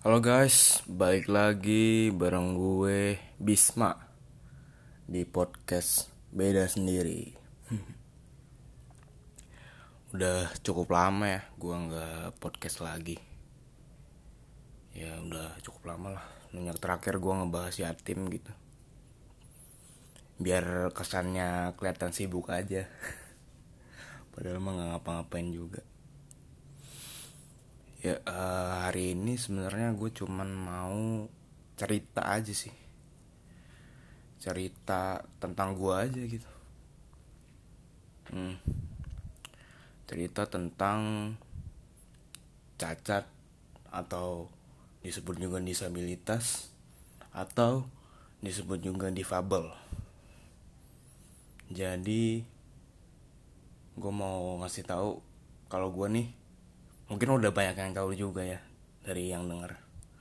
Halo guys, balik lagi bareng gue Bisma di podcast Beda Sendiri. Udah cukup lama ya gue nggak podcast lagi. Ya udah cukup lama lah. Semenjak terakhir gue ngebahas yatim gitu. Biar kesannya kelihatan sibuk aja. Padahal mah nggak ngapa-ngapain juga. Ya hari ini sebenarnya gue cuman mau cerita aja sih. Cerita tentang gue aja gitu. Cerita tentang cacat atau disebut juga disabilitas atau disebut juga difabel. Jadi gue mau ngasih tahu kalau gue nih, mungkin udah banyak yang tahu juga ya dari yang denger.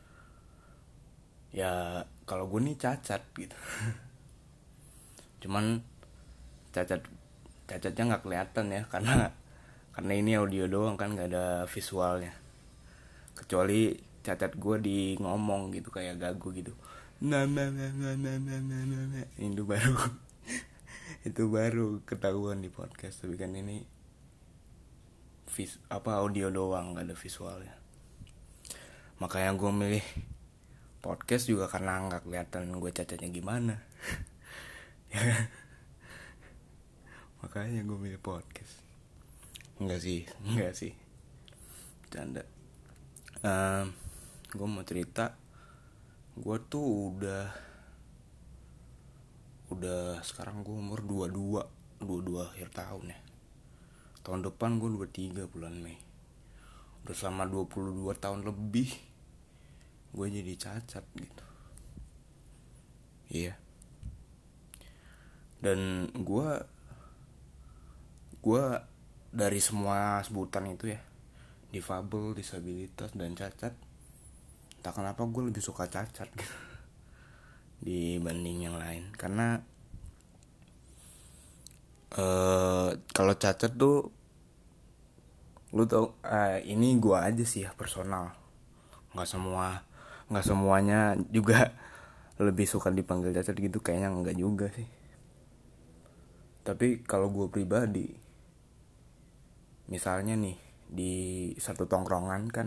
Ya kalau gue nih cacat gitu. Cuman cacat cacatnya nggak kelihatan ya karena ini audio doang kan, nggak ada visualnya. Kecuali cacat gue di ngomong gitu kayak gagu gitu. Nah. Itu baru itu baru ketahuan di podcast. Tapi kan ini audio doang, nggak ada visualnya. Makanya gue milih podcast juga karena nggak kelihatan gue cacatnya gimana. Makanya gue milih podcast. Enggak sih, canda. Gue mau cerita, gue tuh udah sekarang gue umur 22 akhir tahun ya. Tahun depan gue 23 bulan Mei. Udah selama 22 tahun lebih gue jadi cacat gitu. Iya. Dan gue dari semua sebutan itu ya, difabel, disabilitas, dan cacat, tak kenapa gue lebih suka cacat gitu dibanding yang lain. Karena kalau cacat tuh, lu tau, ini gue aja sih ya, personal. Nggak semuanya juga lebih suka dipanggil cacat gitu, kayaknya nggak juga sih. Tapi kalau gue pribadi, misalnya nih di satu tongkrongan kan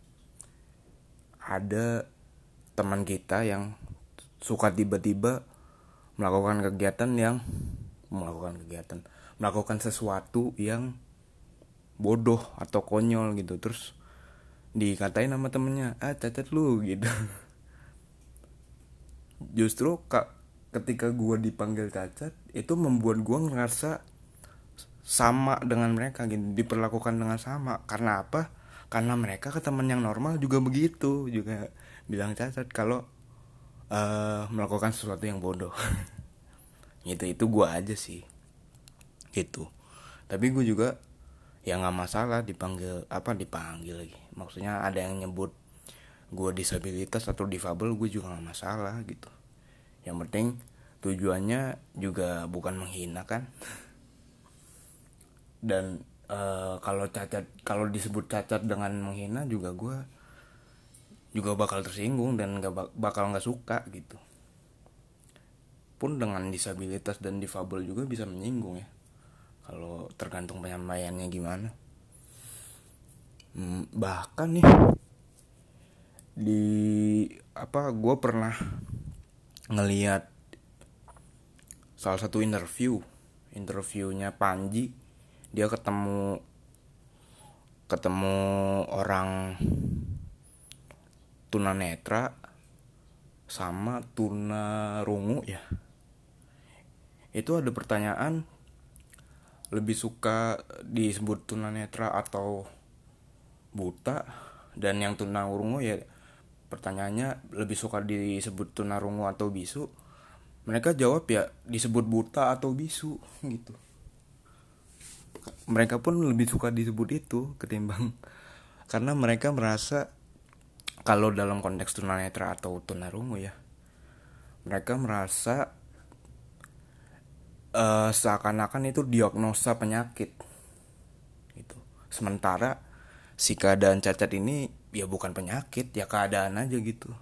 ada teman kita yang suka tiba-tiba melakukan sesuatu yang bodoh atau konyol gitu, terus dikatain sama temennya, cacat lu gitu. Justru ketika gue dipanggil cacat itu membuat gue ngerasa sama dengan mereka gitu, diperlakukan dengan sama. Karena apa? Karena mereka ke teman yang normal juga begitu, juga bilang cacat kalau melakukan sesuatu yang bodoh. Itu gue aja sih gitu. Tapi gue juga ya nggak masalah dipanggil lagi, maksudnya ada yang nyebut gue disabilitas atau difabel, gue juga nggak masalah gitu. Yang penting tujuannya juga bukan menghina kan. Dan kalau disebut cacat dengan menghina juga gue juga bakal tersinggung dan bakal nggak suka gitu. Pun dengan disabilitas dan difabel juga bisa menyinggung ya, kalau tergantung penyampaiannya gimana. Bahkan nih gue pernah ngeliat salah satu interviewnya Panji. Dia ketemu orang tunanetra sama tunarungu ya. Itu ada pertanyaan, lebih suka disebut tunanetra atau buta. Dan yang tunarungu ya, pertanyaannya lebih suka disebut tunarungu atau bisu. Mereka jawab ya disebut buta atau bisu gitu. Mereka pun lebih suka disebut itu ketimbang, karena mereka merasa kalau dalam konteks tunanetra atau tunarungu ya, mereka merasa seakan-akan itu diagnosa penyakit gitu. Sementara si keadaan cacat ini ya bukan penyakit, ya keadaan aja gitu.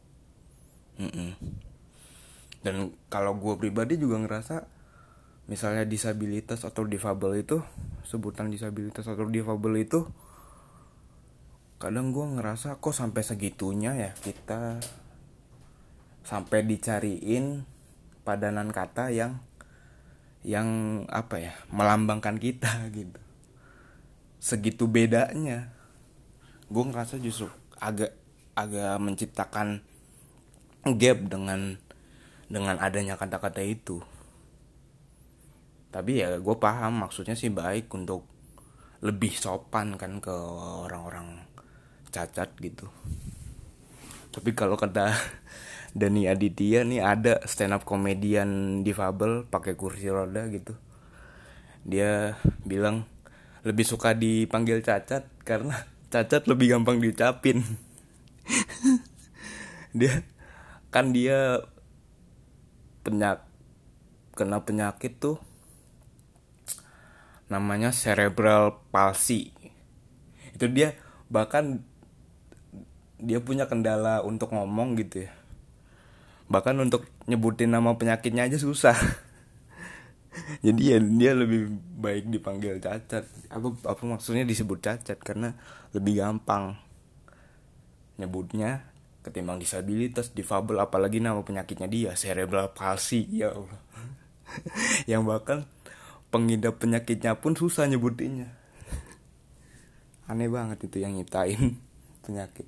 Dan kalau gue pribadi juga ngerasa misalnya disabilitas atau difabel itu, sebutan disabilitas atau difabel itu, kadang gue ngerasa kok sampai segitunya ya kita sampai dicariin padanan kata yang apa ya, melambangkan kita gitu. Segitu bedanya. Gue ngerasa justru agak agak menciptakan gap dengan adanya kata-kata itu. Tapi ya gue paham maksudnya sih baik untuk lebih sopan kan ke orang-orang cacat gitu. Tapi kalau kata Dani Aditya nih, ada stand up komedian difabel pakai kursi roda gitu. Dia bilang lebih suka dipanggil cacat karena cacat lebih gampang diucapin. Dia kan dia penyak kena penyakit tuh namanya cerebral palsy. Itu dia bahkan dia punya kendala untuk ngomong gitu ya. Bahkan untuk nyebutin nama penyakitnya aja susah. Jadi ya dia lebih baik dipanggil cacat. Apa maksudnya disebut cacat karena lebih gampang nyebutnya ketimbang disabilitas, difabel, apalagi nama penyakitnya dia cerebral palsy. Ya Allah. Yang bahkan pengidap penyakitnya pun susah nyebutinnya. Aneh banget itu yang nyiptain penyakit.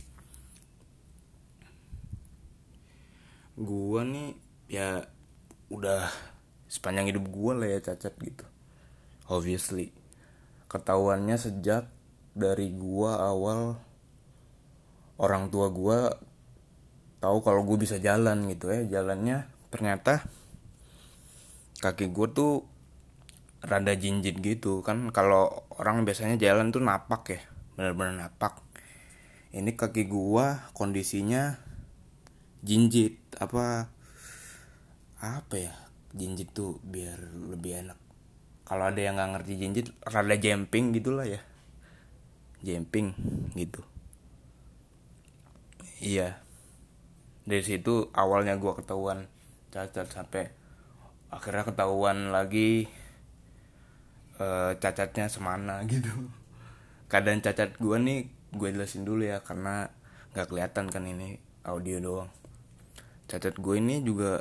Gua nih ya udah sepanjang hidup gua lah ya cacat gitu. Obviously ketahuannya sejak dari gua awal orang tua gua tahu kalau gua bisa jalan gitu ya. Jalannya ternyata kaki gua tuh rada jinjit gitu kan. Kalau orang biasanya jalan tuh napak ya, benar-benar napak. Ini kaki gua kondisinya jinjit. Apa ya, jinjit tuh biar lebih enak, kalau ada yang nggak ngerti jinjit, rada jemping gitulah ya, jemping gitu. Iya, dari situ awalnya gue ketahuan cacat, sampai akhirnya ketahuan lagi cacatnya semana gitu. Keadaan cacat gue nih gue jelasin dulu ya, karena nggak kelihatan kan, ini audio doang. Cacat gue ini juga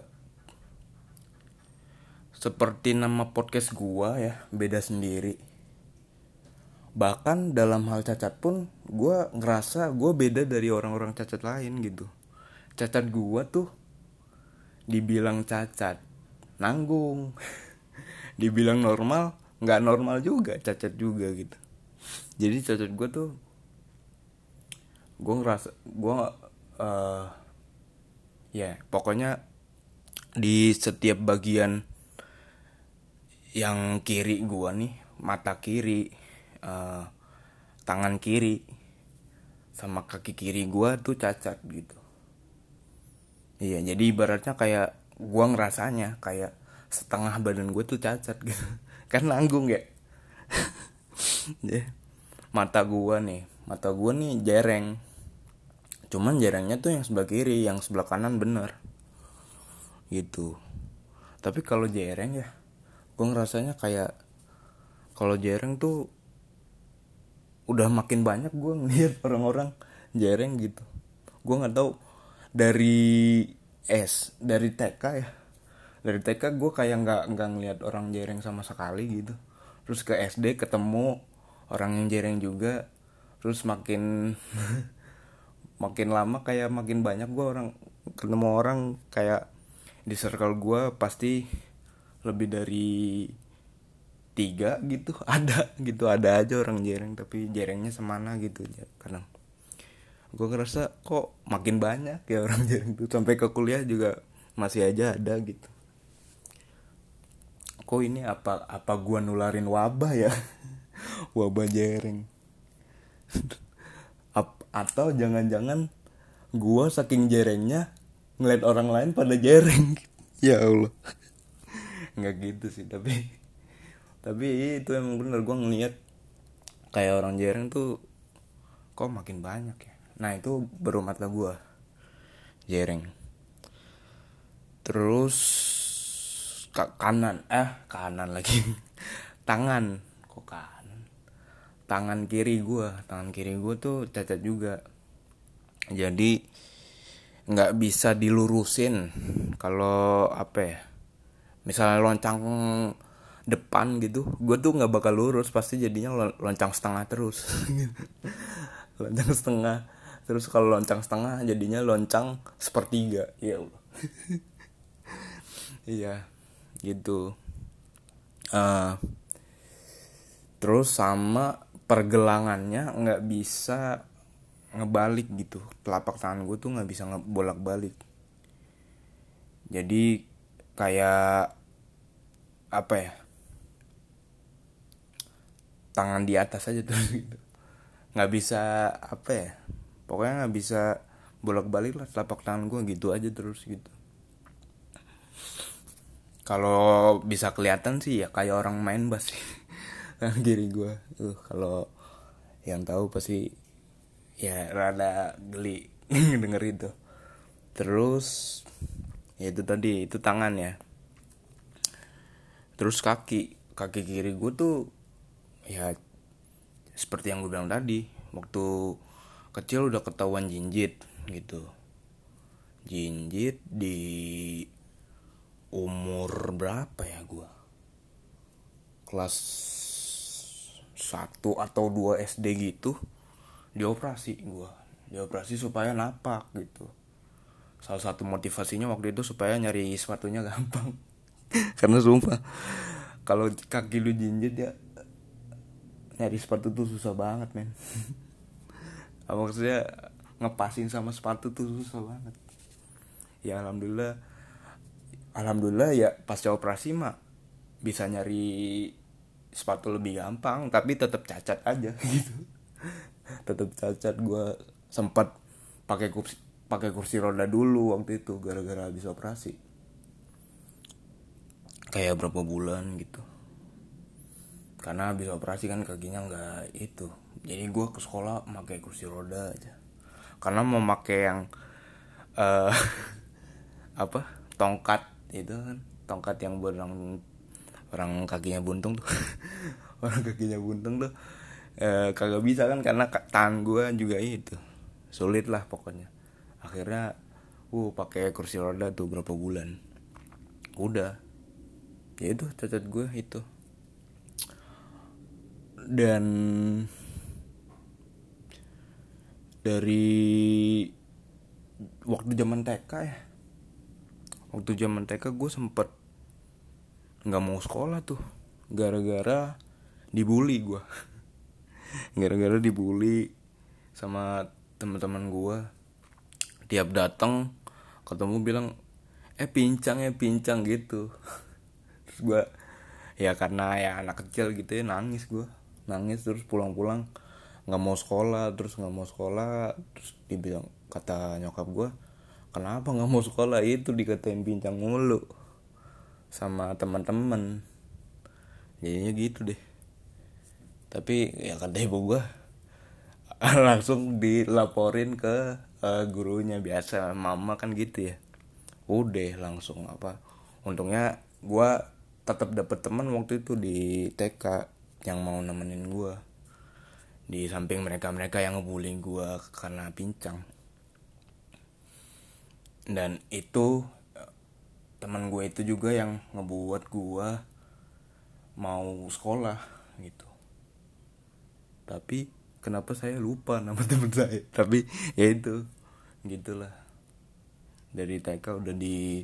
seperti nama podcast gua ya, beda sendiri. Bahkan dalam hal cacat pun gua ngerasa gua beda dari orang-orang cacat lain gitu. Cacat gua tuh dibilang cacat nanggung, dibilang normal nggak normal juga, cacat juga gitu. Jadi cacat gua tuh, gua ngerasa gua ya pokoknya di setiap bagian yang kiri gua nih, mata kiri, uh, tangan kiri, sama kaki kiri gua tuh cacat gitu. Iya, jadi ibaratnya kayak gua ngerasanya kayak setengah badan gua tuh cacat gitu. Kan nanggung ya. Mata gua nih jereng. Cuman jerengnya tuh yang sebelah kiri, yang sebelah kanan bener gitu. Tapi kalau jereng ya, gue ngerasanya kayak kalau jereng tuh udah makin banyak gue ngeliat orang-orang jereng gitu. Gue nggak tahu dari dari TK ya. Dari TK gue kayak nggak ngeliat orang jereng sama sekali gitu. Terus ke SD ketemu orang yang jereng juga. Terus makin makin lama kayak makin banyak gue ketemu orang kayak di circle gue pasti lebih dari 3 gitu. Ada aja orang jereng, tapi jerengnya semana gitu ya. Kadang gue ngerasa kok makin banyak ya orang jereng tuh, sampai ke kuliah juga masih aja ada gitu. Kok ini apa gue nularin wabah ya? Wabah jereng. Atau jangan-jangan gue saking jerengnya ngeliat orang lain pada jereng. Ya Allah. Nggak gitu sih, tapi itu emang bener, gue ngeliat kayak orang jereng tuh kok makin banyak ya. Nah itu baru mata gue jereng. Terus kanan lagi tangan kok kanan, tangan kiri gue tuh cacat juga, jadi nggak bisa dilurusin. Kalau apa ya, misalnya loncang depan gitu, gue tuh nggak bakal lurus, pasti jadinya loncang setengah terus. Loncang setengah terus, kalau loncang setengah jadinya loncang sepertiga. Ya Allah. Iya gitu. Eh, terus sama pergelangannya nggak bisa ngebalik gitu, telapak tangan gue tuh nggak bisa bolak balik. Jadi kayak apa ya, tangan di atas aja terus gitu, nggak bisa apa ya, pokoknya nggak bisa bolak balik lah telapak tangan gue gitu aja terus gitu. Kalau bisa kelihatan sih ya kayak orang main bass sih. Tangan kiri gue kalau yang tahu pasti ya rada geli denger itu. Terus ya itu tadi, itu tangan ya. Terus kaki kiri gue tuh ya seperti yang gue bilang tadi, waktu kecil udah ketahuan jinjit gitu. Jinjit di umur berapa ya gue, kelas 1 atau 2 SD gitu, dioperasi supaya napak gitu. Salah satu motivasinya waktu itu supaya nyari sepatunya gampang. Karena sumpah kalau kaki lu jinjit ya, nyari sepatu tuh susah banget men. Maksudnya ngepasin sama sepatu tuh susah banget. Ya alhamdulillah ya pasca operasi mah bisa nyari sepatu lebih gampang, tapi tetap cacat aja gitu. Tetap cacat. Gue sempat pakai kursi roda dulu waktu itu gara-gara habis operasi, kayak berapa bulan gitu. Karena habis operasi kan kakinya nggak itu, jadi gue ke sekolah pakai kursi roda aja. Karena mau pakai yang uh, apa, tongkat itu kan, tongkat yang buat orang kakinya buntung tuh. Orang kakinya buntung tuh kagak bisa kan, karena tangan gue juga itu sulit lah pokoknya. Akhirnya pakai kursi roda tuh berapa bulan. Udah ya itu cacat gue itu. Dan dari waktu zaman TK ya, waktu zaman TK gue sempet nggak mau sekolah tuh gara-gara dibully gue. Gara-gara dibully sama teman-teman gue. Tiap datang ketemu bilang pincang gitu. Terus gue ya karena ya anak kecil gitu ya, nangis terus pulang-pulang nggak mau sekolah. Terus dibilang, kata nyokap gue, kenapa nggak mau sekolah, itu dikatain pincang mulu sama teman-teman. Jadinya gitu deh. Tapi ya kata ibu gue langsung dilaporin ke gurunya, biasa mama kan gitu ya. Udah langsung apa, untungnya gue tetap dapet teman waktu itu di TK yang mau nemenin gue, di samping mereka yang ngebully gue karena pincang. Dan itu teman gue itu juga yang ngebuat gue mau sekolah gitu. Tapi kenapa saya lupa nama teman saya, tapi ya itu gitulah. Dari TK udah di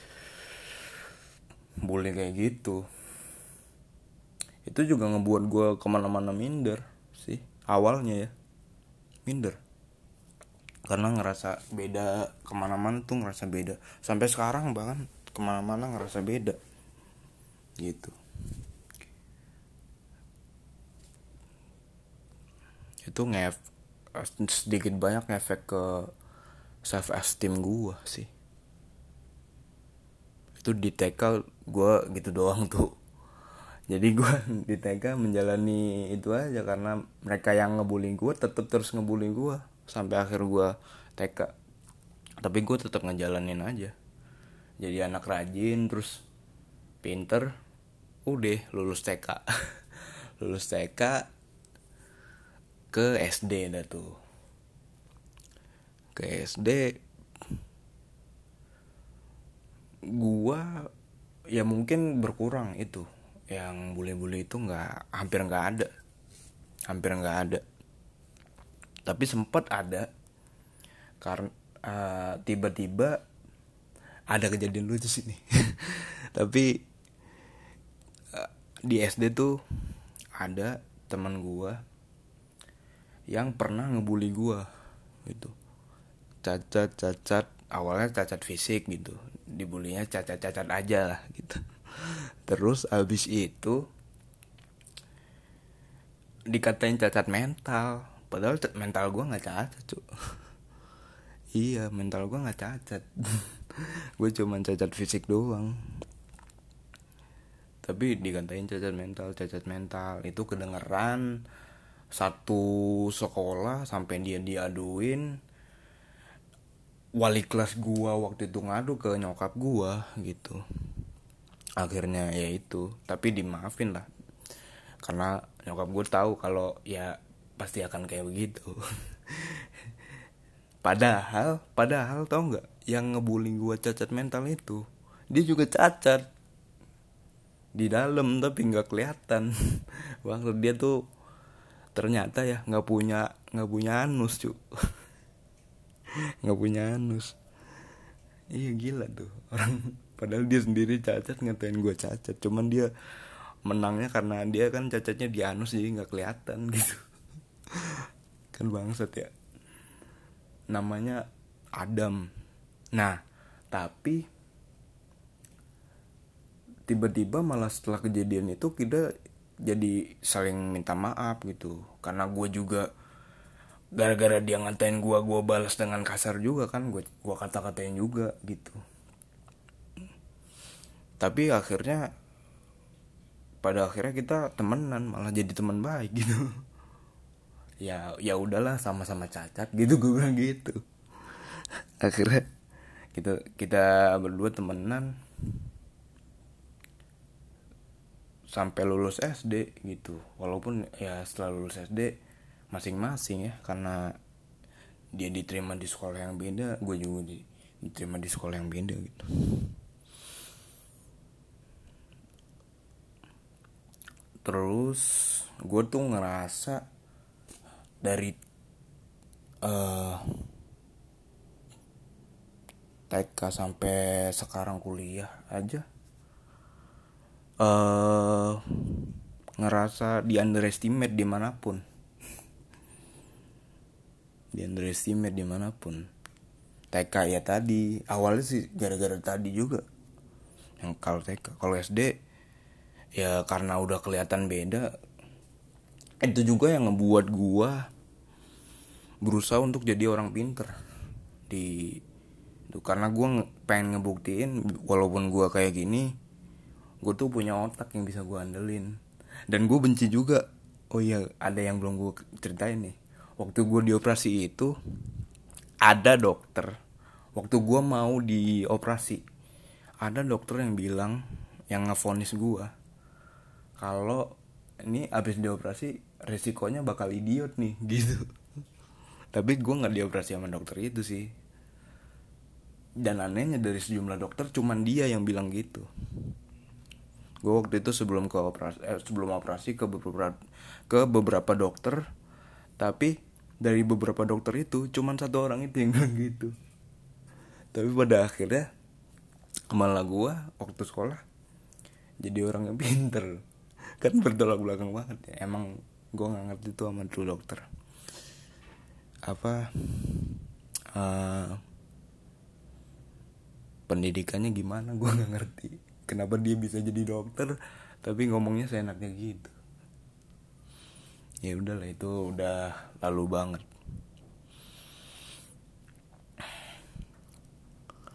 bully kayak gitu. Itu juga ngebuat gue kemana-mana minder sih awalnya ya, minder karena ngerasa beda. Kemana-mana tuh ngerasa beda, sampai sekarang bahkan kemana-mana ngerasa beda gitu. Itu sedikit banyak ngefek ke self esteem gue sih. Itu di TK gue gitu doang tuh, Jadi gue di TK menjalani itu aja, karena mereka yang ngebully gue tetap terus ngebully gue sampai akhir gue TK. Tapi gue tetap ngejalanin aja, jadi anak rajin terus pinter. Udah lulus TK. Lulus TK ke SD dah tuh. Ke SD gua ya mungkin berkurang itu, yang bule-bule itu nggak, hampir nggak ada. Tapi sempat ada, karena tiba-tiba ada kejadian lucu sih nih. Tapi di SD tuh ada teman gua yang pernah ngebully gua gitu. Cacat awalnya cacat fisik gitu, dibulinya cacat aja lah gitu. Terus abis itu dikatain cacat mental, padahal mental gue nggak cacat cu. Iya, mental gue nggak cacat. Gue cuman cacat fisik doang, tapi dikatain cacat mental itu kedengeran satu sekolah, sampai dia diaduin. Wali kelas gua waktu itu ngadu ke nyokap gua gitu. Akhirnya ya itu, tapi dimaafin lah, karena nyokap gue tahu kalau ya pasti akan kayak begitu. padahal tau nggak, yang ngebully gue cacat mental itu dia juga cacat di dalam tapi nggak kelihatan. Bang, dia tuh ternyata ya nggak punya anus cu. Nggak punya anus. Iya, gila tuh orang. Padahal dia sendiri cacat ngatain gue cacat, cuman dia menangnya karena dia kan cacatnya di anus jadi nggak kelihatan gitu. Kan bangsat ya. Namanya Adam. Nah, tapi tiba-tiba malah setelah kejadian itu kita jadi saling minta maaf gitu, karena gue juga gara-gara dia ngatain gue balas dengan kasar juga kan, gue kata-katain juga gitu. Tapi pada akhirnya kita temenan, malah jadi teman baik gitu. Ya udahlah, sama-sama cacat gitu, gue bilang gitu. Akhirnya kita berdua temenan sampai lulus SD gitu. Walaupun ya setelah lulus SD masing-masing ya, karena dia diterima di sekolah yang beda, gue juga diterima di sekolah yang beda gitu. Terus gue tuh ngerasa dari TK sampai sekarang kuliah aja, ngerasa di underestimate dimanapun. Di underestimate dimanapun. TK ya tadi, awalnya sih gara-gara tadi juga. Yang kalau TK, kalau SD ya karena udah kelihatan beda. Itu juga yang ngebuat gua berusaha untuk jadi orang pinter di itu, karena gua pengen ngebuktiin walaupun gua kayak gini, gue tuh punya otak yang bisa gue andelin. Dan gue benci juga, oh iya ada yang belum gue ceritain nih. Waktu gue dioperasi itu, ada dokter, waktu gue mau dioperasi, ada dokter yang bilang, yang ngevonis gue kalau ini abis dioperasi resikonya bakal idiot nih gitu. Tapi gue nggak dioperasi sama dokter itu sih. Dan anehnya dari sejumlah dokter cuman dia yang bilang gitu. Gue waktu itu sebelum operasi ke beberapa dokter, tapi dari beberapa dokter itu cuman satu orang itu yang bilang gitu. Tapi pada akhirnya malah gue waktu sekolah jadi orang yang pinter. Kan bertolak belakang banget ya. Emang gue nggak ngerti tuh sama tuh dokter apa pendidikannya gimana, gue nggak ngerti kenapa dia bisa jadi dokter tapi ngomongnya seenaknya gitu. Ya udahlah, itu udah lalu banget.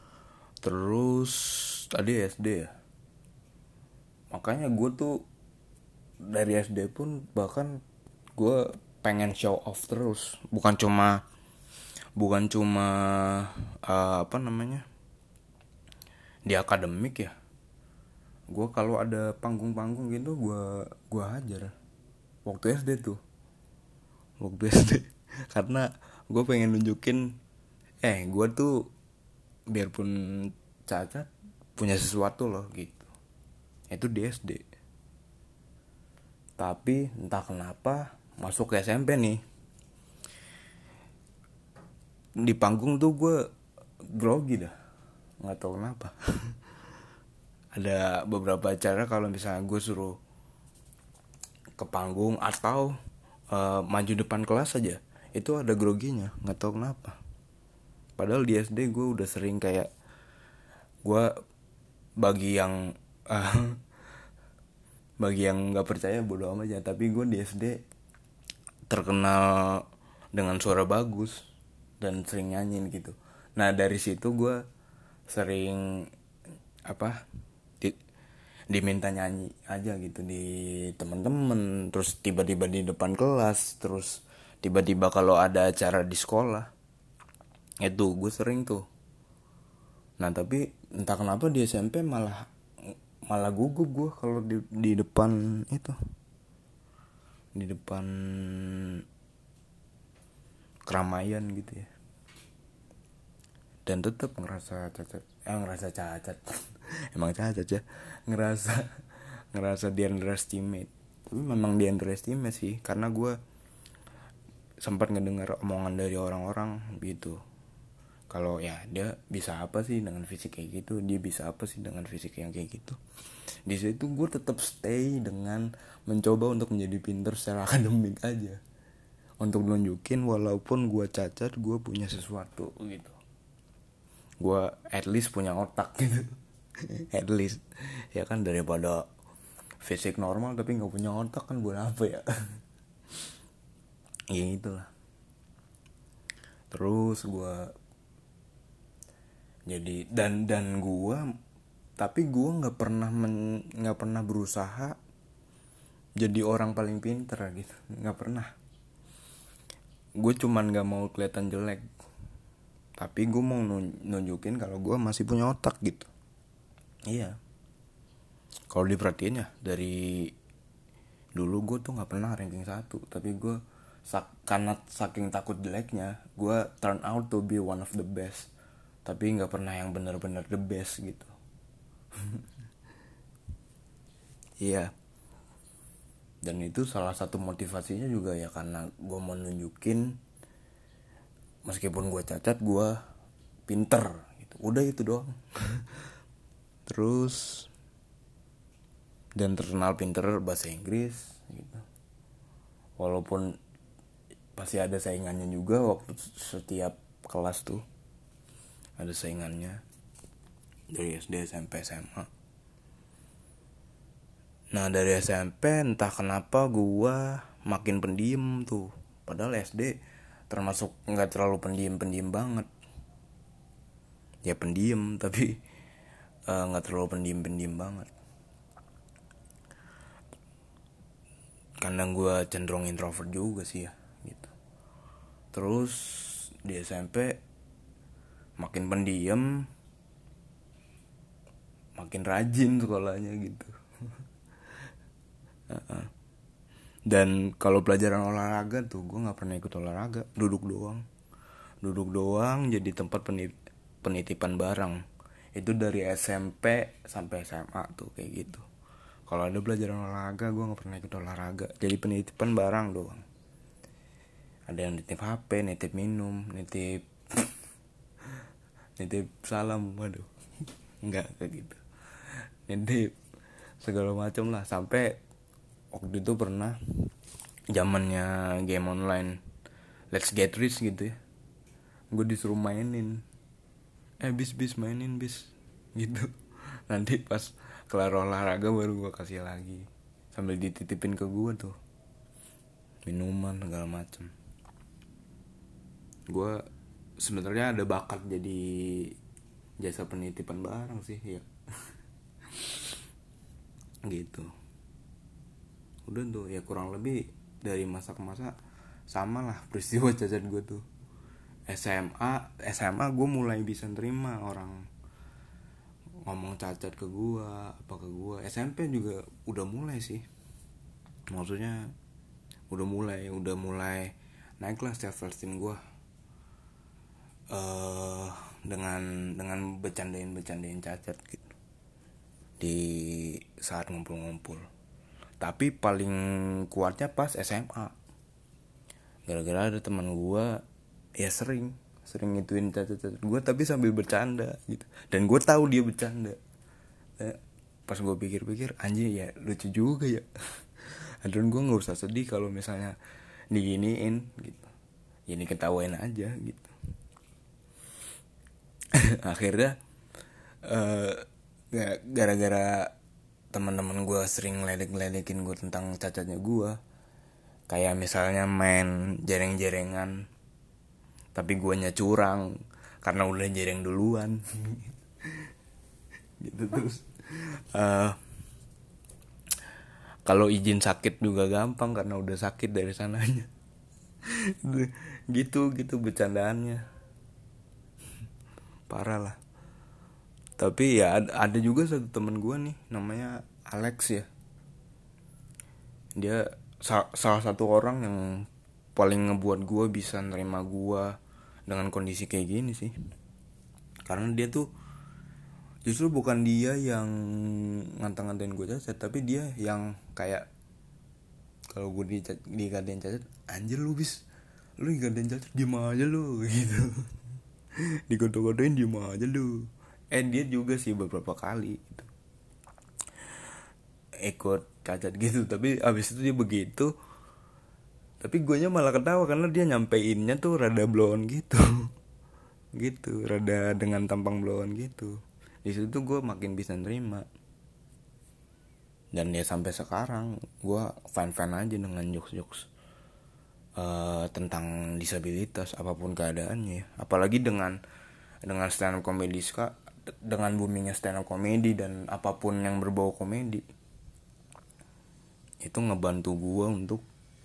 Terus tadi SD ya, makanya gue tuh dari SD pun bahkan gue pengen show off terus, bukan cuma apa namanya, di akademik ya. Gue kalau ada panggung-panggung gitu gue hajar waktu SD tuh, waktu SD karena gue pengen nunjukin gue tuh biarpun cacat punya sesuatu loh gitu. Itu di SD. Tapi entah kenapa masuk ke SMP nih, di panggung tuh gue grogi dah, nggak tahu kenapa. Ada beberapa acara kalau misalnya gue suruh ke panggung atau maju depan kelas aja, itu ada groginya, nggak tahu kenapa. Padahal di SD gue udah sering kayak, gue bagi yang bagi yang nggak percaya bodo amat aja, tapi gue di SD terkenal dengan suara bagus dan sering nyanyiin gitu. Nah dari situ gue sering apa diminta nyanyi aja gitu di temen-temen, terus tiba-tiba di depan kelas, terus tiba-tiba kalau ada acara di sekolah, itu gue sering tuh. Nah tapi entah kenapa di SMP malah malah gugup gue kalau di depan itu, di depan keramaian gitu ya. Dan tetap ngerasa cacat emang cacat ya, ngerasa ngerasa di underestimate. Tapi memang di underestimate sih, karena gue sempat ngedengar omongan dari orang-orang gitu, kalau ya dia bisa apa sih dengan fisik kayak gitu, dia bisa apa sih dengan fisik yang kayak gitu. Di situ gue tetap stay dengan mencoba untuk menjadi pinter secara akademik aja, untuk nunjukin walaupun gue cacat gue punya sesuatu gitu, gue at least punya otak gitu. At least ya kan, daripada fisik normal tapi nggak punya otak kan buat apa ya. Ya itulah. Terus gue jadi dan gue, tapi gue nggak pernah berusaha jadi orang paling pinter gitu, nggak pernah. Gue cuman nggak mau kelihatan jelek, tapi gue mau nunjukin kalau gue masih punya otak gitu. Iya, kalau diperhatiin ya dari dulu gue tuh nggak pernah ranking 1, tapi gue karena saking takut jeleknya gue turn out to be one of the best, tapi nggak pernah yang benar-benar the best gitu. Iya, dan itu salah satu motivasinya juga ya, karena gue mau nunjukin meskipun gue cacat gue pinter gitu, udah itu doang. Terus dan terkenal pinter bahasa Inggris gitu, walaupun pasti ada saingannya juga. Waktu setiap kelas tuh ada saingannya, dari SD, SMP, SMA. Nah dari SMP entah kenapa gue makin pendiam tuh, padahal SD termasuk nggak terlalu pendiam banget ya, pendiam tapi nggak terlalu pendiam banget, karena gue cenderung introvert juga sih ya gitu. Terus di SMP makin pendiam, makin rajin sekolahnya gitu. Dan kalau pelajaran olahraga tuh gue nggak pernah ikut olahraga, duduk doang jadi tempat penitipan barang. Itu dari SMP sampai SMA tuh kayak gitu. Kalau ada pelajaran olahraga gue nggak pernah ikut olahraga, jadi penitipan barang doang. Ada yang nitip HP, nitip minum, nitip nitip salam, waduh, nggak kayak gitu, nitip segala macam lah. Sampai waktu itu pernah zamannya game online Let's Get Rich gitu ya, gue disuruh mainin, bis mainin bis gitu. Nanti pas kelar olahraga baru gue kasih lagi, sambil dititipin ke gue tuh minuman segala macem. Gue sebenarnya ada bakat jadi jasa penitipan barang sih ya. Gitu. Udah tuh ya kurang lebih dari masa ke masa sama lah peristiwa cacat gue tuh. SMA gue mulai bisa nerima orang ngomong cacat ke gue, apa ke gue. SMP juga udah mulai sih, maksudnya udah mulai naik lah self esteem gue, dengan bercandain cacat gitu di saat ngumpul-ngumpul. Tapi paling kuatnya pas SMA, gara-gara ada teman gue ya sering ngituin cacat gue tapi sambil bercanda gitu, dan gue tahu dia bercanda. Pas gue pikir-pikir, anjir ya lucu juga ya. Dan gue nggak usah sedih kalau misalnya diginiin gitu, ini ketawain aja gitu. Akhirnya gara-gara teman-teman gue sering ngeledek-ngeledekin gue tentang cacatnya gue, kayak misalnya main jereng-jerengan tapi guanya curang karena udah jereng duluan. Gitu. Terus kalau izin sakit juga gampang karena udah sakit dari sananya. gitu bercandaannya parah lah. Tapi ya ada juga satu temen gue nih namanya Alex ya. Dia salah satu orang yang paling ngebuat gue bisa nerima gue dengan kondisi kayak gini sih. Karena dia tuh justru bukan dia yang ngata-ngatain gue cacat, tapi dia yang kayak kalau gue dikatain cacat, anjir lu dikatain cacat diem aja lu gitu. Digoda-godain diem aja lu. Dia juga sih beberapa kali gitu ikut cacat gitu, tapi abis itu dia begitu, tapi guanya malah ketawa karena dia nyampeinnya tuh rada blow-on gitu. Gitu, rada dengan tampang blow-on gitu. Di situ gue makin bisa nerima. Dan ya sampai sekarang gue fan aja dengan jokes tentang disabilitas apapun keadaannya ya. Apalagi dengan stand up comedy, dengan boomingnya stand up comedy dan apapun yang berbau komedi, itu ngebantu gue untuk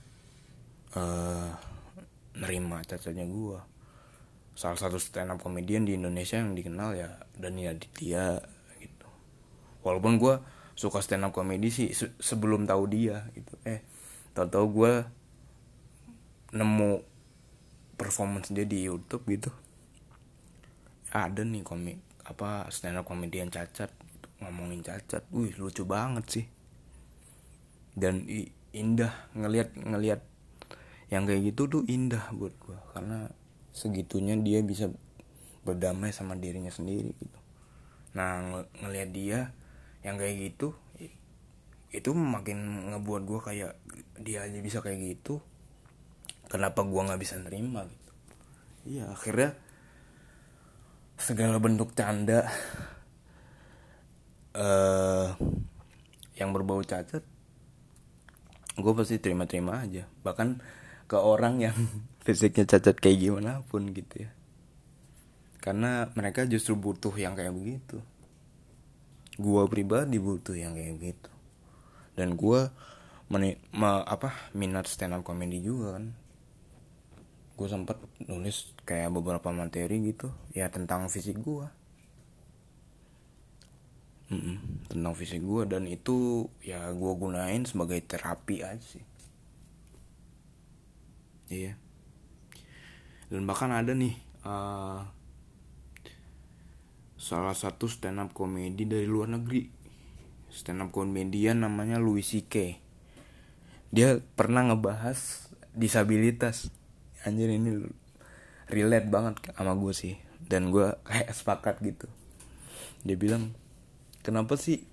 nerima cacatnya gue. Salah satu stand up comedian di Indonesia yang dikenal ya Dani Aditya gitu. Walaupun gue suka stand up comedy sih sebelum tahu dia gitu. Tahu-tahu gue nemu performance dia di YouTube gitu. Ada nih stand up comedian cacat gitu, ngomongin cacat. Wih, lucu banget sih. Dan indah ngelihat yang kayak gitu tuh indah buat gue, karena segitunya dia bisa berdamai sama dirinya sendiri gitu. Nah, ngelihat dia yang kayak gitu, itu makin ngebuat gue kayak dia aja bisa kayak gitu, kenapa gue nggak bisa nerima gitu. Iya, akhirnya segala bentuk canda yang berbau cacat gue pasti terima aja, bahkan ke orang yang fisiknya cacat kayak gimana pun gitu ya, karena mereka justru butuh yang kayak begitu. Gue pribadi butuh yang kayak gitu, dan gue minat stand up comedy juga kan. Gue sempat nulis kayak beberapa materi gitu ya tentang fisik gue, tentang fisik gue, dan itu ya gue gunain sebagai terapi aja sih. Iya. Dan bahkan ada nih salah satu stand up komedi dari luar negeri, stand up komedian namanya Louis C.K. Dia pernah ngebahas disabilitas. Anjir, ini relate banget sama gue sih, dan gue kayak sepakat gitu. Dia bilang, kenapa sih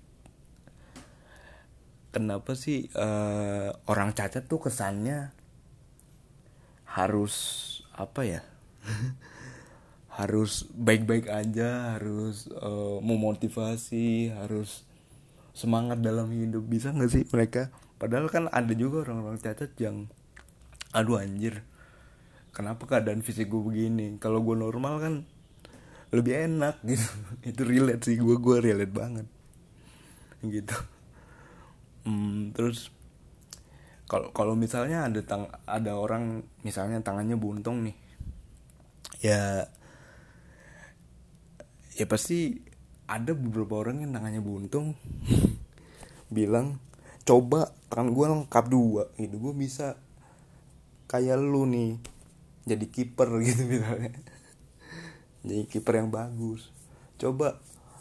orang cacat tuh kesannya harus apa ya? Harus baik-baik aja, harus memotivasi, harus semangat dalam hidup. Bisa nggak sih mereka? Padahal kan ada juga orang-orang cacat yang, aduh anjir, kenapa keadaan fisik gue begini? Kalau gue normal kan lebih enak gitu. Itu relate sih, gue relate banget gitu. Terus Kalau misalnya ada orang misalnya tangannya buntung nih, ya ya pasti ada beberapa orang yang tangannya buntung bilang coba tangan gue lengkap dua gitu, gue bisa kayak lu nih jadi kiper gitu misalnya, jadi kiper yang bagus, coba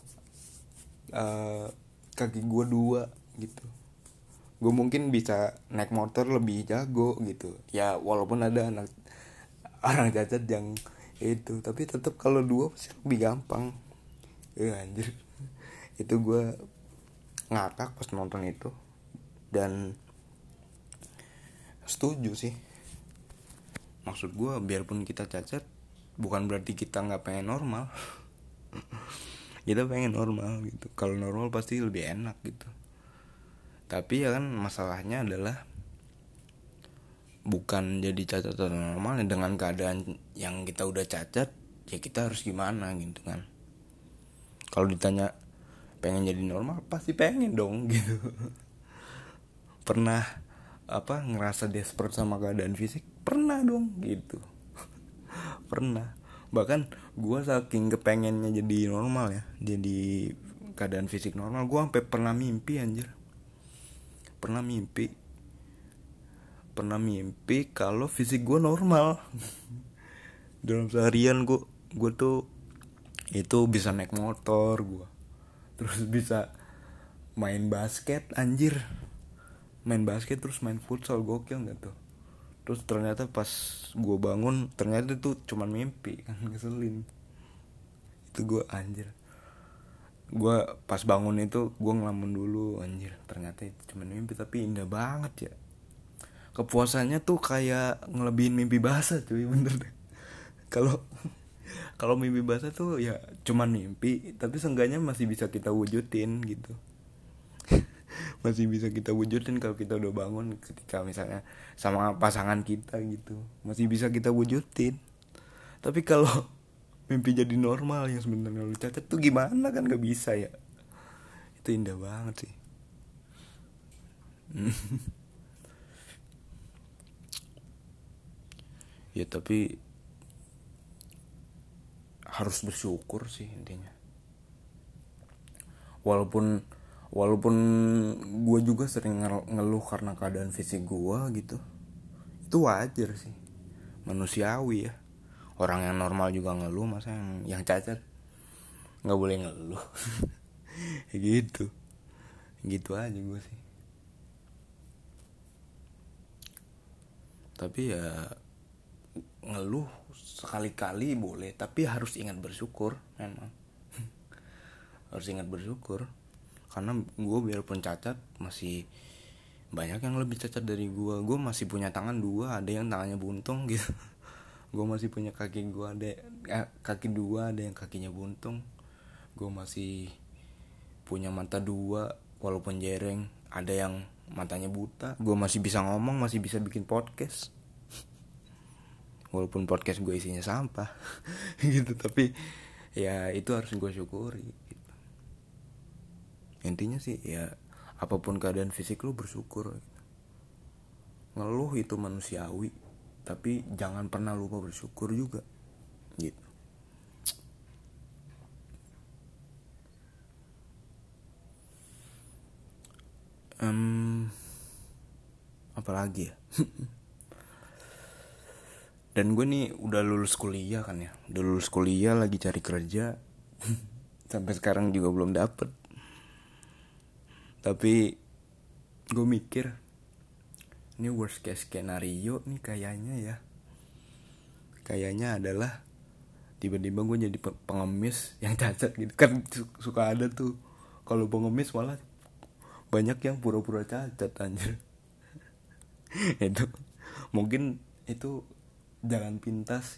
kaki gue dua gitu, gue mungkin bisa naik motor lebih jago gitu ya, walaupun ada orang cacat yang itu, tapi tetap kalau dua pasti lebih gampang ya anjir. Itu gue ngakak pas nonton itu, dan setuju sih. Maksud gue biarpun kita cacat bukan berarti kita nggak pengen normal. Kita pengen normal gitu, kalau normal pasti lebih enak gitu. Tapi ya kan masalahnya adalah bukan jadi cacat atau normal dengan keadaan yang kita udah cacat, ya kita harus gimana gitu kan. Kalau ditanya pengen jadi normal pasti pengen dong gitu. Pernah ngerasa desperate sama keadaan fisik? Pernah dong gitu. Pernah. Bahkan gue saking kepengennya jadi normal ya, jadi keadaan fisik normal, gue sampai pernah mimpi anjir. Pernah mimpi kalau fisik gue normal. Dalam seharian gue tuh itu bisa naik motor gue, terus bisa main basket anjir, main basket terus main futsal, gokil nggak tuh. Terus ternyata pas gue bangun ternyata itu cuman mimpi kan, ngeselin. Itu gue anjir, gue pas bangun itu gue ngelamun dulu anjir, ternyata itu cuman mimpi, tapi indah banget ya. Kepuasannya tuh kayak ngelebihin mimpi basah cuy, bener deh. Kalau kalau mimpi basah tuh ya cuman mimpi, tapi seenggaknya masih bisa kita wujudin gitu. Masih bisa kita wujudin kalau kita udah bangun, ketika misalnya sama pasangan kita gitu, masih bisa kita wujudin. Tapi kalau mimpi jadi normal yang sebenarnya lu cacat tuh gimana, kan gak bisa ya. Itu indah banget sih. Ya tapi harus bersyukur sih intinya. Walaupun gue juga sering ngeluh karena keadaan fisik gue gitu, itu wajar sih, manusiawi ya. Orang yang normal juga ngeluh, masa yang cacat nggak boleh ngeluh. Gitu aja gue sih. Tapi ya ngeluh sekali-kali boleh, tapi harus ingat bersyukur memang. Harus ingat bersyukur, karena gue biarpun cacat masih banyak yang lebih cacat dari gue masih punya tangan dua, ada yang tangannya buntung gitu. Gue masih punya kaki dua, ada yang kakinya buntung. Gue masih punya mata dua walaupun jereng, ada yang matanya buta. Gue masih bisa ngomong, masih bisa bikin podcast walaupun podcast gue isinya sampah. Gitu, tapi ya itu harus gue syukuri gitu. Intinya sih ya, apapun keadaan fisik lu bersyukur gitu. Ngeluh itu manusiawi, tapi jangan pernah lupa bersyukur juga gitu. Apalagi ya. Dan gue nih udah lulus kuliah kan ya, udah lulus kuliah lagi cari kerja. Sampai sekarang juga belum dapet. Tapi gue mikir, ini worst case scenario nih kayaknya adalah tiba-tiba gue jadi pengemis yang cacat gitu kan. Suka ada tuh kalau pengemis malah banyak yang pura-pura cacat anjir. Itu mungkin itu jalan pintas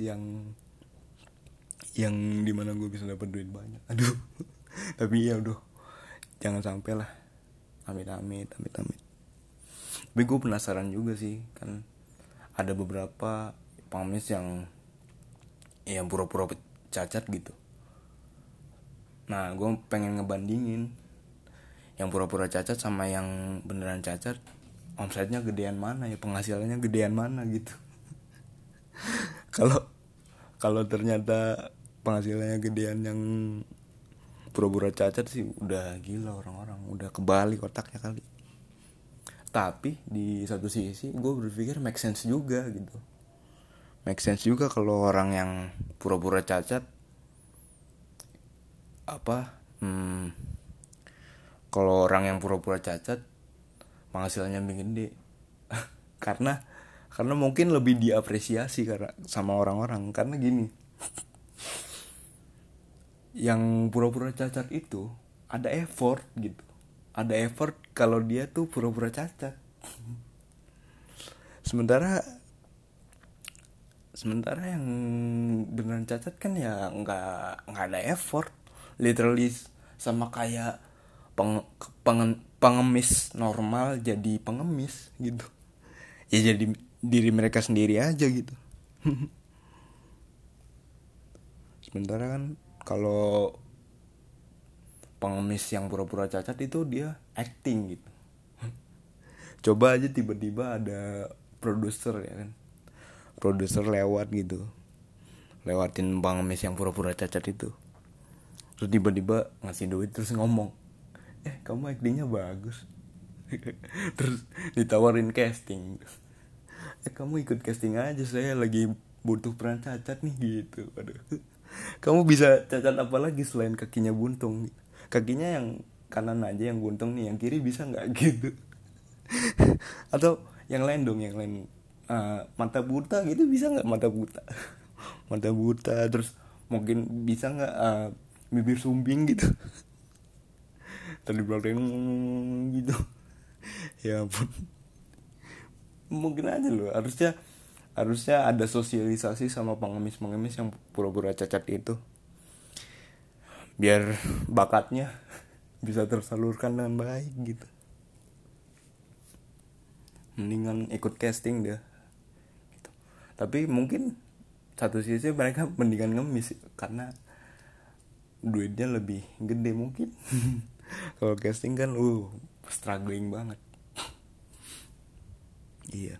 yang dimana gue bisa dapat duit banyak. Aduh. Tapi ya udah, jangan sampai lah. Amit. Tapi gue penasaran juga sih, kan ada beberapa pengemis yang pura-pura cacat gitu. Nah gue pengen ngebandingin yang pura-pura cacat sama yang beneran cacat, omsetnya gedean mana ya, penghasilannya gedean mana gitu. Kalau kalau ternyata penghasilannya gedean yang pura-pura cacat sih udah gila, orang-orang udah kebalik otaknya kali. Tapi di satu sisi gue berpikir make sense juga gitu. Make sense juga kalau orang yang pura-pura cacat apa kalau orang yang pura-pura cacat penghasilannya lebih gede. karena karena mungkin lebih diapresiasi karena sama orang-orang. Karena gini, yang pura-pura cacat itu ada effort gitu, ada effort kalau dia tuh pura-pura cacat. sementara sementara yang beneran cacat kan ya nggak ada effort, literally sama kayak pengemis normal jadi pengemis gitu, ya jadi diri mereka sendiri aja gitu. Sementara kan kalau pengemis yang pura-pura cacat itu dia acting gitu. Coba aja tiba-tiba ada produser ya kan, produser lewat gitu, lewatin pengemis yang pura-pura cacat itu, terus tiba-tiba ngasih duit terus ngomong, kamu actingnya bagus. Terus ditawarin casting, kamu ikut casting aja, saya lagi butuh peran cacat nih gitu. Aduh, kamu bisa cacat apa lagi selain kakinya buntung? Kakinya yang kanan aja yang buntung nih, yang kiri bisa nggak gitu? Atau yang lain dong, yang lain. Mata buta gitu bisa nggak, mata buta? Mata buta terus mungkin bisa nggak bibir sumbing gitu? Tadi belakang gitu. Ya ampun, mungkin aja loh, harusnya ada sosialisasi sama pengemis-pengemis yang pura-pura cacat itu, biar bakatnya bisa tersalurkan dengan baik gitu. Mendingan ikut casting deh gitu. Tapi mungkin satu sisi mereka mendingan ngemis karena duitnya lebih gede mungkin. Kalau casting kan struggling banget. Iya.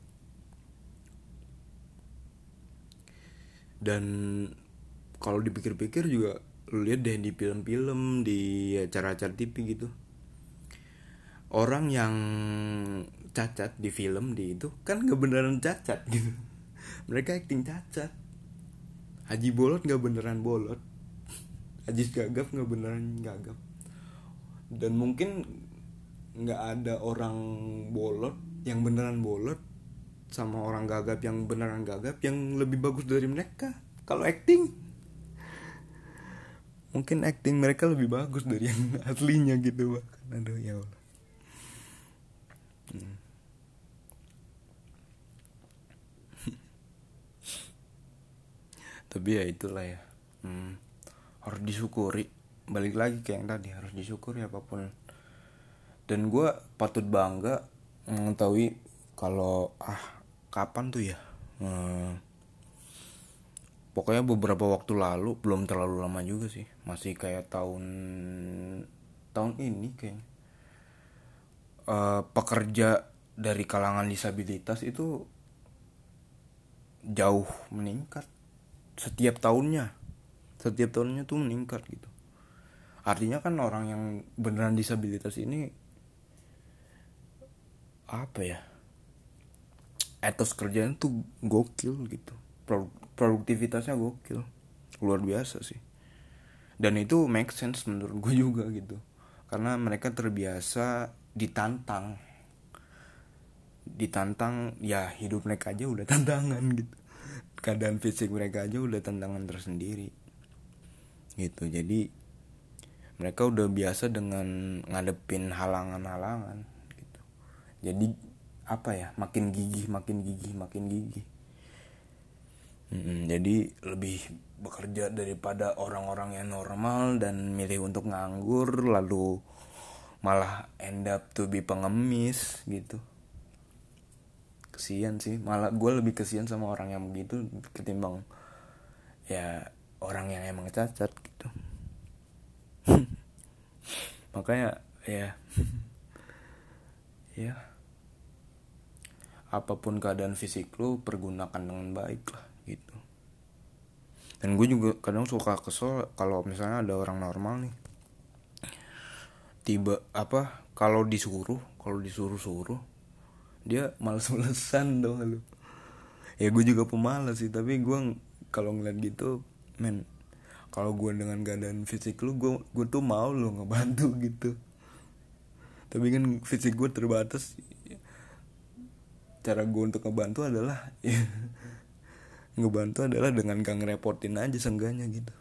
Dan kalau dipikir-pikir juga lu lihat deh di film-film, di acara-acara TV gitu, orang yang cacat di film di itu kan gak beneran cacat gitu. Mereka acting cacat. Haji Bolot gak beneran bolot, Haji Gagap gak beneran gagap. Dan mungkin gak ada orang bolot yang beneran bolot sama orang gagap yang beneran gagap yang lebih bagus dari mereka. Kalau acting, mungkin acting mereka lebih bagus dari yang aslinya gitu bahkan. Aduh ya Allah. Tapi ya itulah ya, harus disyukuri. Balik lagi kayak yang tadi, harus disyukuri apapun. Dan gue patut bangga mengetahui kalau kapan tuh ya, pokoknya beberapa waktu lalu, belum terlalu lama juga sih, masih kayak tahun ini kayaknya, pekerja dari kalangan disabilitas itu jauh meningkat setiap tahunnya tuh meningkat gitu. Artinya kan orang yang beneran disabilitas ini apa ya, etos kerjanya tuh gokil gitu, produktivitasnya gokil, luar biasa sih. Dan itu make sense menurut gue juga gitu, karena mereka terbiasa ditantang ya, hidup mereka aja udah tantangan gitu, keadaan fisik mereka aja udah tantangan tersendiri gitu. Jadi mereka udah biasa dengan ngadepin halangan-halangan gitu. Jadi apa ya, makin gigih. Jadi lebih bekerja daripada orang-orang yang normal dan milih untuk nganggur, lalu malah end up to be pengemis gitu. Kesian sih, malah gue lebih kesian sama orang yang begitu ketimbang ya orang yang emang cacat gitu. Makanya ya ya apapun keadaan fisik lu, pergunakan dengan baik lah gitu. Dan gue juga kadang suka kesel kalau misalnya ada orang normal nih, tiba apa kalau disuruh dia males-malesan dong lu. Ya gue juga pemalas sih, tapi gue kalau ngeliat gitu, men, kalau gue dengan keadaan fisik lu, gue tuh mau lo ngebantu gitu. Tapi kan fisik gue terbatas. Cara gue untuk ngebantu adalah ya, ngebantu adalah dengan gak ngerepotin aja seenggaknya gitu.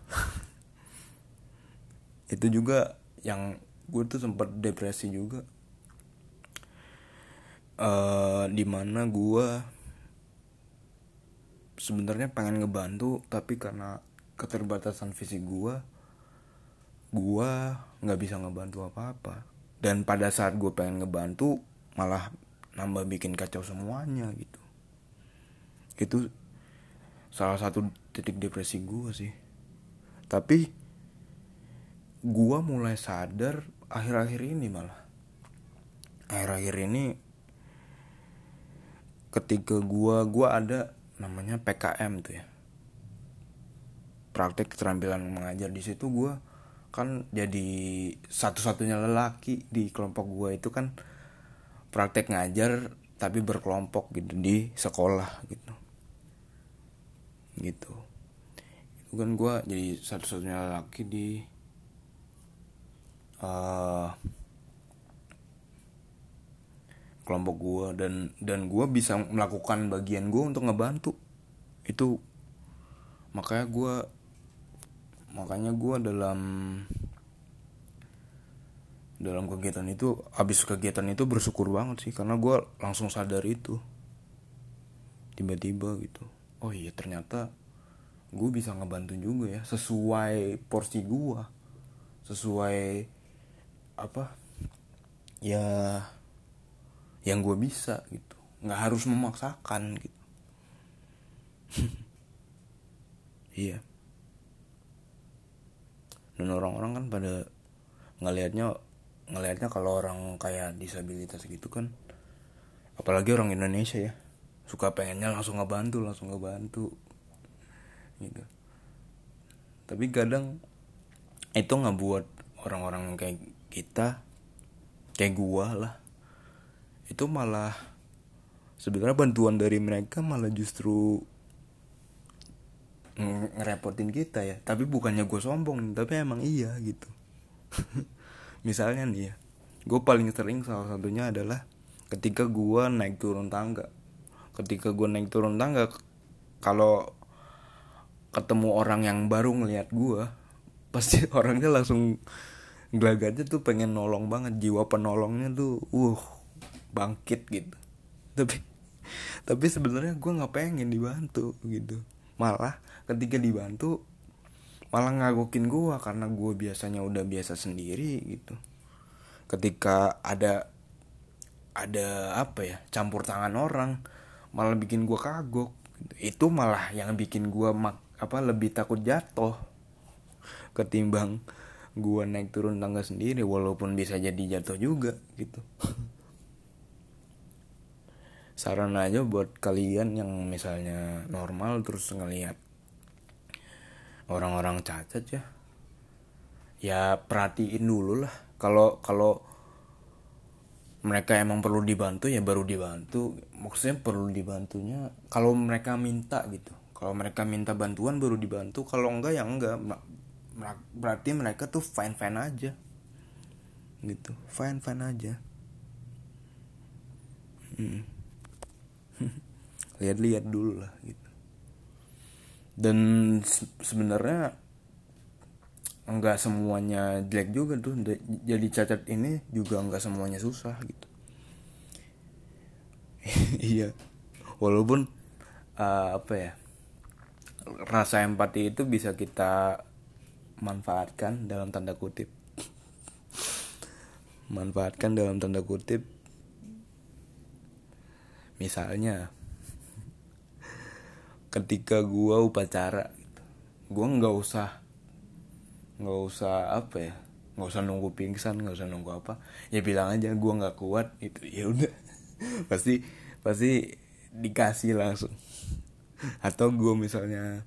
Itu juga yang gue tuh sempat depresi juga, dimana gue sebenarnya pengen ngebantu, tapi karena keterbatasan fisik gue nggak bisa ngebantu apa-apa. Dan pada saat gue pengen ngebantu, malah nambah bikin kacau semuanya gitu. Itu salah satu titik depresi gue sih. Tapi gue mulai sadar akhir-akhir ini, malah akhir-akhir ini ketika gue ada namanya PKM tuh ya, praktek keterampilan mengajar. Di situ gue kan jadi satu-satunya lelaki di kelompok gue. Itu kan praktek ngajar tapi berkelompok gitu di sekolah gitu. Itu kan gue jadi satu-satunya lelaki di kelompok gue, dan gue bisa melakukan bagian gue untuk ngebantu itu. Makanya gue dalam kegiatan itu, abis kegiatan itu bersyukur banget sih, karena gue langsung sadar itu tiba-tiba gitu. Oh iya, ternyata gue bisa ngebantu juga ya, sesuai porsi gue, sesuai apa ya yang gue bisa gitu, nggak harus memaksakan gitu. Iya. Dan orang-orang kan pada ngelihatnya kalau orang kayak disabilitas gitu kan, apalagi orang Indonesia ya, suka pengennya langsung ngebantu gitu. Tapi kadang itu ngebuat orang-orang kayak kita, kayak gua lah, itu malah sebenarnya bantuan dari mereka malah justru ngerepotin kita ya. Tapi bukannya gue sombong, tapi emang iya gitu. Misalnya nih ya, gue paling sering salah satunya adalah ketika gue naik turun tangga. Kalau ketemu orang yang baru ngelihat gue, pasti orangnya langsung gelagatnya tuh pengen nolong banget, jiwa penolongnya tuh bangkit gitu. Tapi sebenarnya gue nggak pengen dibantu gitu. Malah ketika dibantu malah ngagokin gue, karena gue biasanya udah biasa sendiri gitu. Ketika ada apa ya, campur tangan orang, malah bikin gue kagok. Itu malah yang bikin gue lebih takut jatuh ketimbang gue naik turun tangga sendiri, walaupun bisa jadi jatuh juga gitu. Saran aja buat kalian yang misalnya normal terus ngelihat orang-orang cacat ya perhatiin dulu lah. Kalau mereka emang perlu dibantu ya baru dibantu. Maksudnya perlu dibantunya kalau mereka minta gitu. Kalau mereka minta bantuan baru dibantu. Kalau enggak ya enggak. Berarti mereka tuh fine aja gitu, fine aja. Lihat dulu lah gitu. Dan sebenarnya enggak semuanya jelek juga tuh. Jadi cacat ini juga enggak semuanya susah gitu. Iya, walaupun apa ya, rasa empati itu bisa kita manfaatkan dalam tanda kutip. Misalnya ketika gua upacara gitu, gua nggak usah apa ya, nggak usah nunggu pingsan, nggak usah nunggu apa, ya bilang aja gua nggak kuat itu, ya udah. pasti dikasih langsung. Atau gue misalnya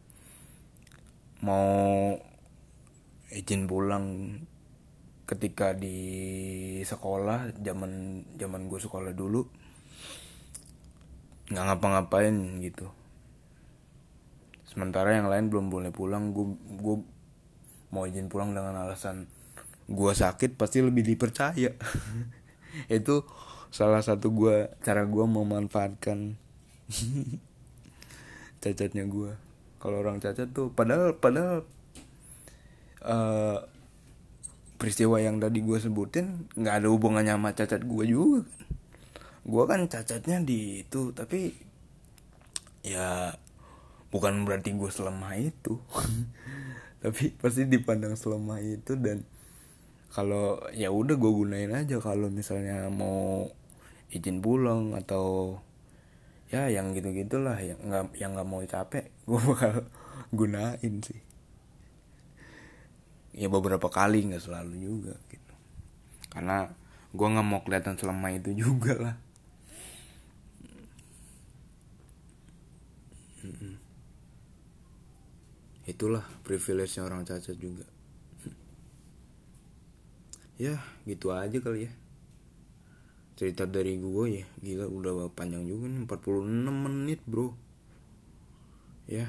mau izin pulang ketika di sekolah, zaman gue sekolah dulu nggak ngapa-ngapain gitu, sementara yang lain belum boleh pulang, gue mau izin pulang dengan alasan gue sakit, pasti lebih dipercaya. Itu salah satu cara gue memanfaatkan cacatnya gue. Kalau orang cacat tuh padahal uh, peristiwa yang tadi gue sebutin nggak ada hubungannya sama cacat gue juga. Gue kan cacatnya di itu, tapi ya bukan berarti gue selemah itu. Tapi pasti dipandang selemah itu, dan kalau ya udah gue gunain aja kalau misalnya mau izin pulang atau ya yang gitu-gitulah, yang nggak mau capek, gue bakal gunain sih. Ya beberapa kali, nggak selalu juga gitu, karena gue nggak mau kelihatan selemah itu juga lah. Itulah privilege-nya orang cacat juga. Ya gitu aja kali ya cerita dari gue ya. Gila udah panjang juga nih, 46 menit bro. Ya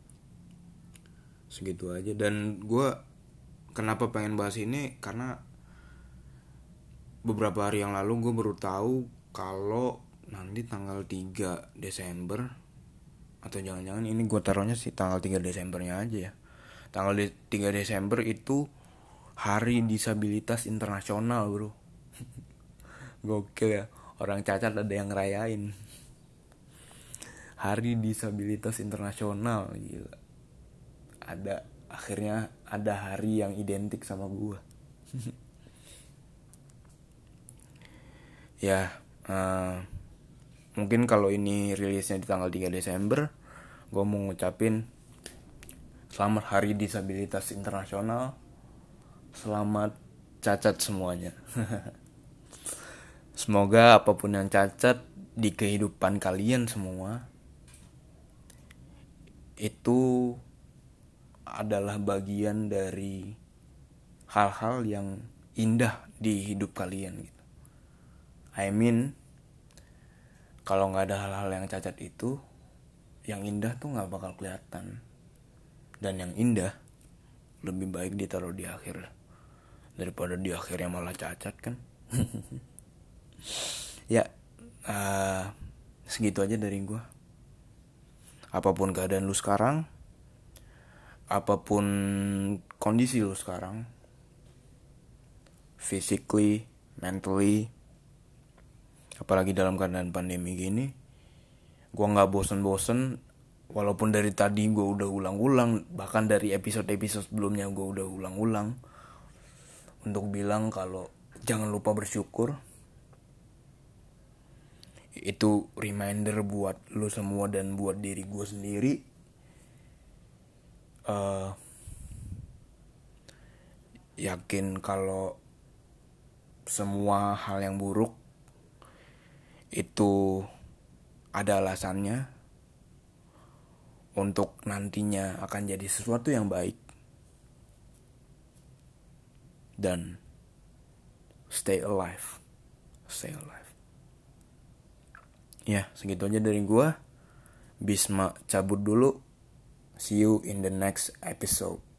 segitu aja. Dan gue kenapa pengen bahas ini, karena beberapa hari yang lalu gue baru tahu kalau nanti tanggal 3 Desember, atau jangan-jangan ini gue taruhnya sih tanggal 3 Desembernya aja ya. Tanggal 3 Desember itu Hari Disabilitas Internasional bro. Gokil ya, orang cacat ada yang ngerayain Hari Disabilitas Internasional. Gila, akhirnya ada hari yang identik sama gue. Ya mungkin kalau ini rilisnya di tanggal 3 Desember, gue mau ngucapin selamat Hari Disabilitas Internasional. Selamat cacat semuanya. Semoga apapun yang cacat di kehidupan kalian semua itu adalah bagian dari hal-hal yang indah di hidup kalian gitu. I mean, kalau nggak ada hal-hal yang cacat itu, yang indah tuh nggak bakal kelihatan. Dan yang indah lebih baik ditaruh di akhir daripada di akhirnya malah cacat kan. Ya segitu aja dari gue. Apapun keadaan lu sekarang, apapun kondisi lu sekarang, physically, mentally, apalagi dalam keadaan pandemi gini, gue nggak bosen-bosen. Walaupun dari tadi gue udah ulang-ulang, bahkan dari episode-episode sebelumnya gue udah ulang-ulang untuk bilang kalau jangan lupa bersyukur. Itu reminder buat lu semua dan buat diri gue sendiri. Yakin kalau semua hal yang buruk itu ada alasannya, untuk nantinya akan jadi sesuatu yang baik. Dan stay alive. Ya segitu aja dari gua. Bisma cabut dulu. See you in the next episode.